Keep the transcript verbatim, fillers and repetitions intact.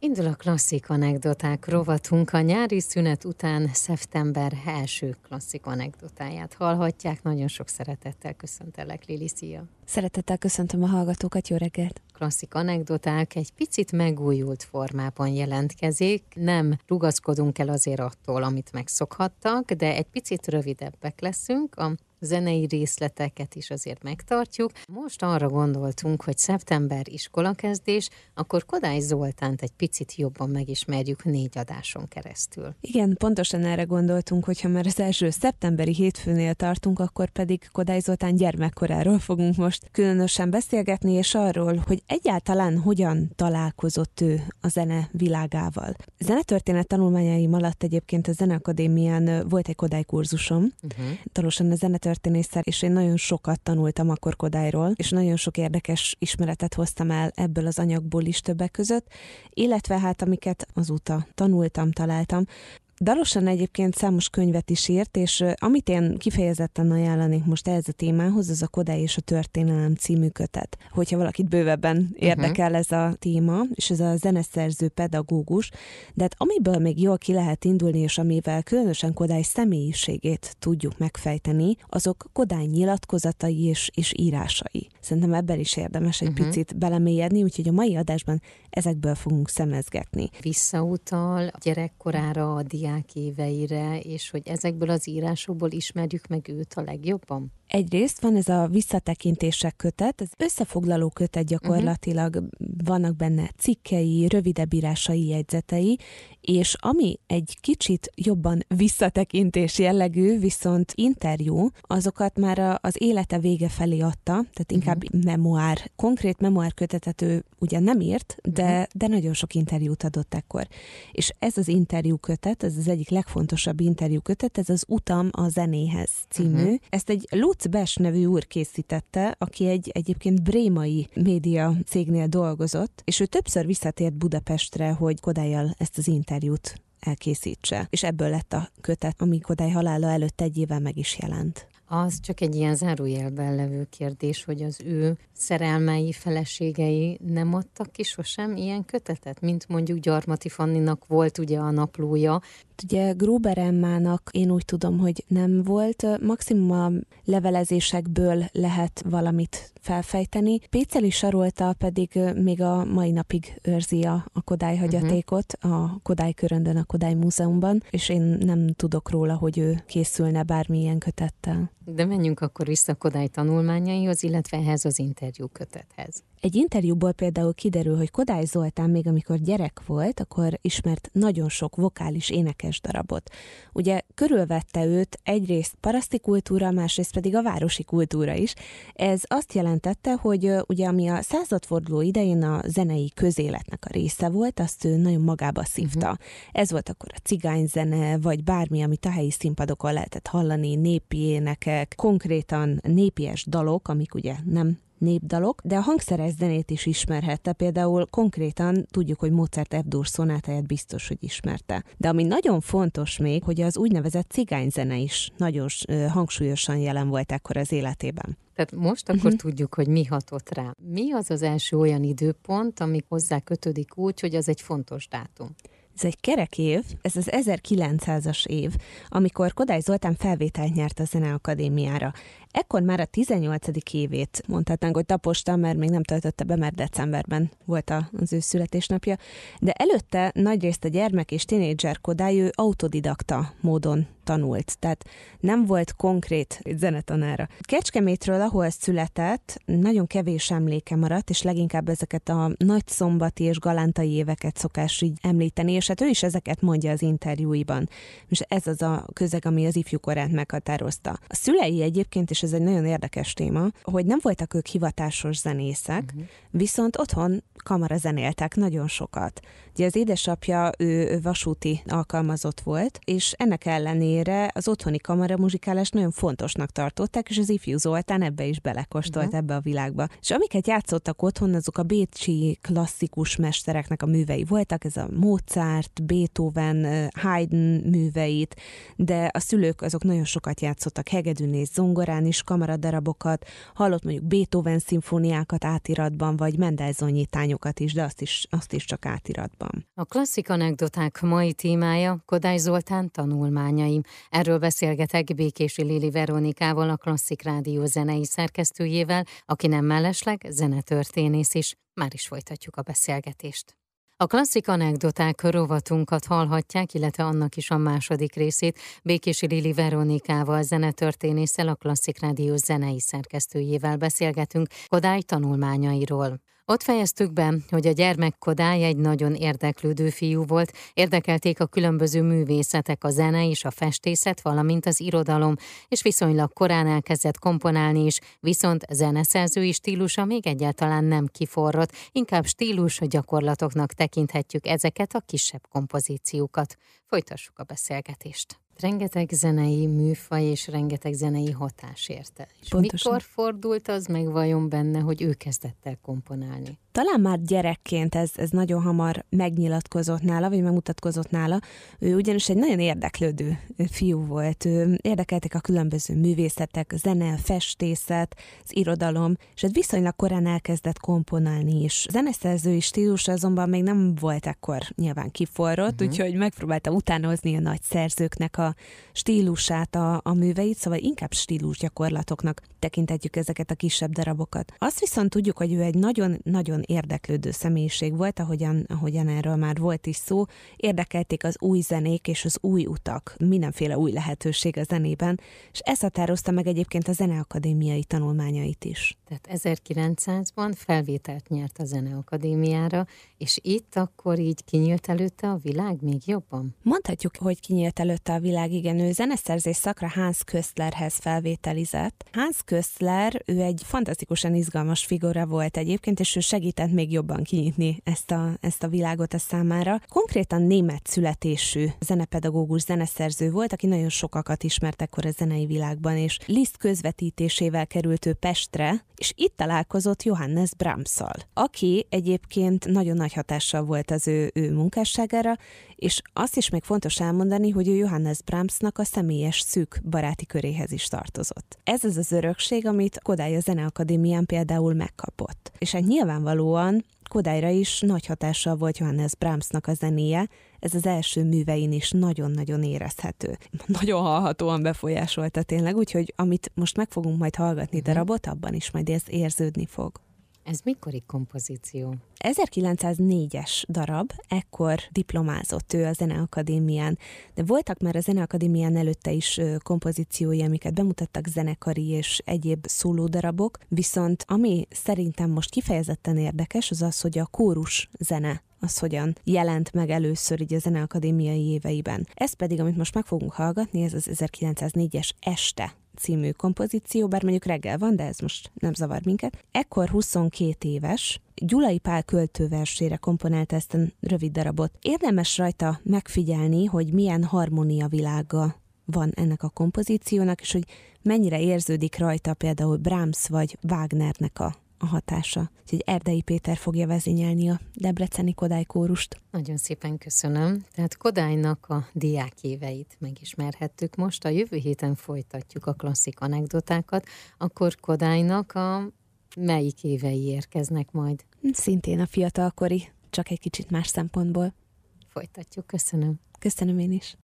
Indul a klasszik anekdoták rovatunk. A nyári szünet után szeptember első klasszik anekdotáját hallhatják. Nagyon sok szeretettel köszöntelek, Lili, szia! Szeretettel köszöntöm a hallgatókat, jó reggelt! Klasszik anekdoták egy picit megújult formában jelentkezik. Nem rugaszkodunk el azért attól, amit megszokhattak, de egy picit rövidebbek leszünk. A zenei részleteket is azért megtartjuk. Most arra gondoltunk, hogy szeptember iskolakezdés, akkor Kodály Zoltánt egy picit jobban megismerjük négy adáson keresztül. Igen, pontosan erre gondoltunk, hogyha már az első szeptemberi hétfőnél tartunk, akkor pedig Kodály Zoltán gyermekkoráról fogunk most különösen beszélgetni, és arról, hogy egyáltalán hogyan találkozott ő a zene világával. Zenetörténet tanulmányaim alatt egyébként a Zeneakadémián volt egy Kodály kurzusom, uh-huh. Talósan a zenetörténésszel, és én nagyon sokat tanultam akkor Kodályról, és nagyon sok érdekes ismeretet hoztam el ebből az anyagból is többek között, illetve hát amiket azóta tanultam, találtam. Dalosan egyébként számos könyvet is írt, és amit én kifejezetten ajánlanék most ehhez a témához, az a Kodály és a történelem című kötet. Hogyha valakit bővebben érdekel uh-huh. ez a téma, és ez a zeneszerző pedagógus, de hát amiből még jól ki lehet indulni, és amivel különösen Kodály személyiségét tudjuk megfejteni, azok Kodály nyilatkozatai és, és írásai. Szerintem ebben is érdemes egy uh-huh. picit belemélyedni, úgyhogy a mai adásban ezekből fogunk szemezgetni. Visszautal a gyerekkorára, a diák éveire, és hogy ezekből az írásokból ismerjük meg őt a legjobban? Egyrészt van ez a visszatekintések kötet, ez összefoglaló kötet gyakorlatilag, uh-huh. vannak benne cikkei, rövidebb írásai, jegyzetei, és ami egy kicsit jobban visszatekintés jellegű, viszont interjú, azokat már az élete vége felé adta, tehát inkább uh-huh. memoár, konkrét memoár kötetet ő ugyan nem írt, de, uh-huh. de nagyon sok interjút adott ekkor. És ez az interjú kötet, ez az egyik legfontosabb interjú kötet, ez az Utam a zenéhez című. Uh-huh. Ezt egy Lutz Bes nevű úr készítette, aki egy egyébként brémai média cégnél dolgozott, és ő többször visszatért Budapestre, hogy Kodállyal ezt az interjút elkészítse. És ebből lett a kötet, ami Kodály halála előtt egy évvel meg is jelent. Az csak egy ilyen zárójelben levő kérdés, hogy az ő szerelmei, feleségei nem adtak ki sosem ilyen kötetet, mint mondjuk Gyarmati Fanninak volt ugye a naplója. Ugye Gruber Emmának én úgy tudom, hogy nem volt, maximum a levelezésekből lehet valamit felfejteni. Péceli Sarolta pedig még a mai napig őrzi a, a Kodály hagyatékot, uh-huh. a Kodály Köröndön, a Kodály Múzeumban, és én nem tudok róla, hogy ő készülne bármilyen kötettel. De menjünk akkor vissza Kodály tanulmányaihoz, illetve ehhez az interjú kötethez. Egy interjúból például kiderül, hogy Kodály Zoltán még amikor gyerek volt, akkor ismert nagyon sok vokális énekes darabot. Ugye körülvette őt egyrészt paraszti kultúra, másrészt pedig a városi kultúra is. Ez azt jelentette, hogy ugye ami a századforduló idején a zenei közéletnek a része volt, azt ő nagyon magába szívta. Uh-huh. Ez volt akkor a cigányzene, vagy bármi, amit a helyi színpadokon lehetett hallani, népi énekek, konkrétan népies dalok, amik ugye nem népdalok, de a hangszeres zenét is ismerhette, például konkrétan tudjuk, hogy Mozart F-dur szonátáját biztos, hogy ismerte. De ami nagyon fontos még, hogy az úgynevezett cigányzene is nagyon hangsúlyosan jelen volt ekkor az életében. Tehát most akkor uh-huh. tudjuk, hogy mi hatott rá. Mi az az első olyan időpont, ami hozzá kötődik úgy, hogy az egy fontos dátum? Ez egy kerek év, ez az ezerkilencszázas év, amikor Kodály Zoltán felvételt nyert a Zeneakadémiára. Ekkor már a tizennyolcadik évét mondhatnánk, hogy taposta, mert még nem töltötte be, mert decemberben volt az ő születésnapja, de előtte nagyrészt a gyermek és tínédzser Kodály ő autodidakta módon tanult, tehát nem volt konkrét zenetanára. Kecskemétről, ahol született, nagyon kevés emléke maradt, és leginkább ezeket a nagyszombati és galántai éveket szokás így említeni, és hát ő is ezeket mondja az interjúiban. És ez az a közeg, ami az ifjúkorát meghatározta. A szülei egyébként, és ez egy nagyon érdekes téma, hogy nem voltak ők hivatásos zenészek, uh-huh. viszont otthon kamara zenéltek nagyon sokat. Ugye az édesapja ő vasúti alkalmazott volt, és ennek ellenére az otthoni kamaramuzsikálást nagyon fontosnak tartották, és az ifjú Zoltán ebbe is belekóstolt uh-huh. ebbe a világba. És amiket játszottak otthon, azok a bécsi klasszikus mestereknek a művei voltak, ez a Mozart, Beethoven, Haydn műveit, de a szülők azok nagyon sokat játszottak hegedűn és zongorán is kamaradarabokat, hallott mondjuk Beethoven szimfóniákat átiratban, vagy Mendelssohn nyitányokat is, de azt is, azt is csak átiratban. van. A klasszik anekdoták mai témája Kodály Zoltán tanulmányai. Erről beszélgetek Békési Lili Veronikával, a Klasszik Rádió zenei szerkesztőjével, aki nem mellesleg zenetörténész is. Már is folytatjuk a beszélgetést. A klasszik anekdoták rovatunkat hallhatják, illetve annak is a második részét Békési Lili Veronikával, zenetörténésszel, a Klasszik Rádió zenei szerkesztőjével beszélgetünk Kodály tanulmányairól. Ott fejeztük be, hogy a gyermek Kodály egy nagyon érdeklődő fiú volt, érdekelték a különböző művészetek, a zene és a festészet, valamint az irodalom, és viszonylag korán elkezdett komponálni is, viszont zeneszerzői stílusa még egyáltalán nem kiforrott, inkább stílus gyakorlatoknak tekinthetjük ezeket a kisebb kompozíciókat. Folytassuk a beszélgetést. Rengeteg zenei műfaj és rengeteg zenei hatás érte. És Pontosan. mikor fordult az meg vajon benne, hogy ő kezdett el komponálni? Talán már gyerekként ez, ez nagyon hamar megnyilatkozott nála, vagy megmutatkozott nála. Ő ugyanis egy nagyon érdeklődő fiú volt. Ő érdekeltek a különböző művészetek, a zene, a festészet, az irodalom, és hát viszonylag korán elkezdett komponálni is. A zeneszerzői stílus azonban még nem volt ekkor nyilván kiforrott, uh-huh. úgyhogy megpróbálta utánozni a nagy szerzőknek a stílusát, a, a műveit, szóval inkább stílusgyakorlatoknak tekintetjük ezeket a kisebb darabokat. Azt viszont tudjuk, hogy ő egy nagyon-nagyon érdeklődő személyiség volt, ahogyan, ahogyan erről már volt is szó. Érdekelték az új zenék és az új utak, mindenféle új lehetőség a zenében, és ez határozta meg egyébként a zeneakadémiai tanulmányait is. Tehát ezerkilencszázban felvételt nyert a Zeneakadémiára, és itt akkor így kinyílt előtte a világ még jobban? Mondhatjuk, hogy kinyílt előtte a világ, igen. Ő zeneszerzés szakra Hans Köstlerhez felvételizett. Hans Köstler, ő egy fantasztikusan izgalmas figura volt egyébként, és ő segített még jobban kinyitni ezt a, ezt a világot a számára. Konkrétan német születésű zenepedagógus, zeneszerző volt, aki nagyon sokakat ismert ekkor a zenei világban, és Liszt közvetítésével került ő Pestre, és itt találkozott Johannes Brahmsszal, aki egyébként nagyon nagy hatással volt az ő, ő munkásságára, és azt is még fontos elmondani, hogy ő Johannes Brahmsnak a személyes szűk baráti köréhez is tartozott. Ez az az örökség, amit Kodály a Zeneakadémián például megkapott. És hát nyilvánvalóan Kodályra is nagy hatással volt Johannes Brahmsnak a zenéje, ez az első művein is nagyon-nagyon érezhető. Nagyon hallhatóan befolyásolta tényleg, úgyhogy amit most meg fogunk majd hallgatni uh-huh. darabot, abban is majd ez érződni fog. Ez mikori kompozíció? ezerkilencszáznégyes darab, ekkor diplomázott ő a Zeneakadémián, de voltak már a Zeneakadémián előtte is kompozíciói, amiket bemutattak zenekari és egyéb szólódarabok, viszont ami szerintem most kifejezetten érdekes, az az, hogy a kórus zene az hogyan jelent meg először így a Zeneakadémiai éveiben. Ez pedig, amit most meg fogunk hallgatni, ez az ezerkilencszáznégyes Este című kompozíció, bár mondjuk reggel van, de ez most nem zavar minket. Ekkor huszonkét éves, Gyulai Pál költőversére komponálta ezt a rövid darabot. Érdemes rajta megfigyelni, hogy milyen harmónia világa van ennek a kompozíciónak, és hogy mennyire érződik rajta például Brahms vagy Wagnernek a a hatása. Úgyhogy Erdei Péter fogja vezényelni a debreceni Kodály kórust. Nagyon szépen köszönöm. Tehát Kodálynak a diákéveit megismerhettük most. A jövő héten folytatjuk a klasszik anekdotákat. Akkor Kodálynak a melyik évei érkeznek majd? Szintén a fiatalkori, csak egy kicsit más szempontból. Folytatjuk. Köszönöm. Köszönöm én is.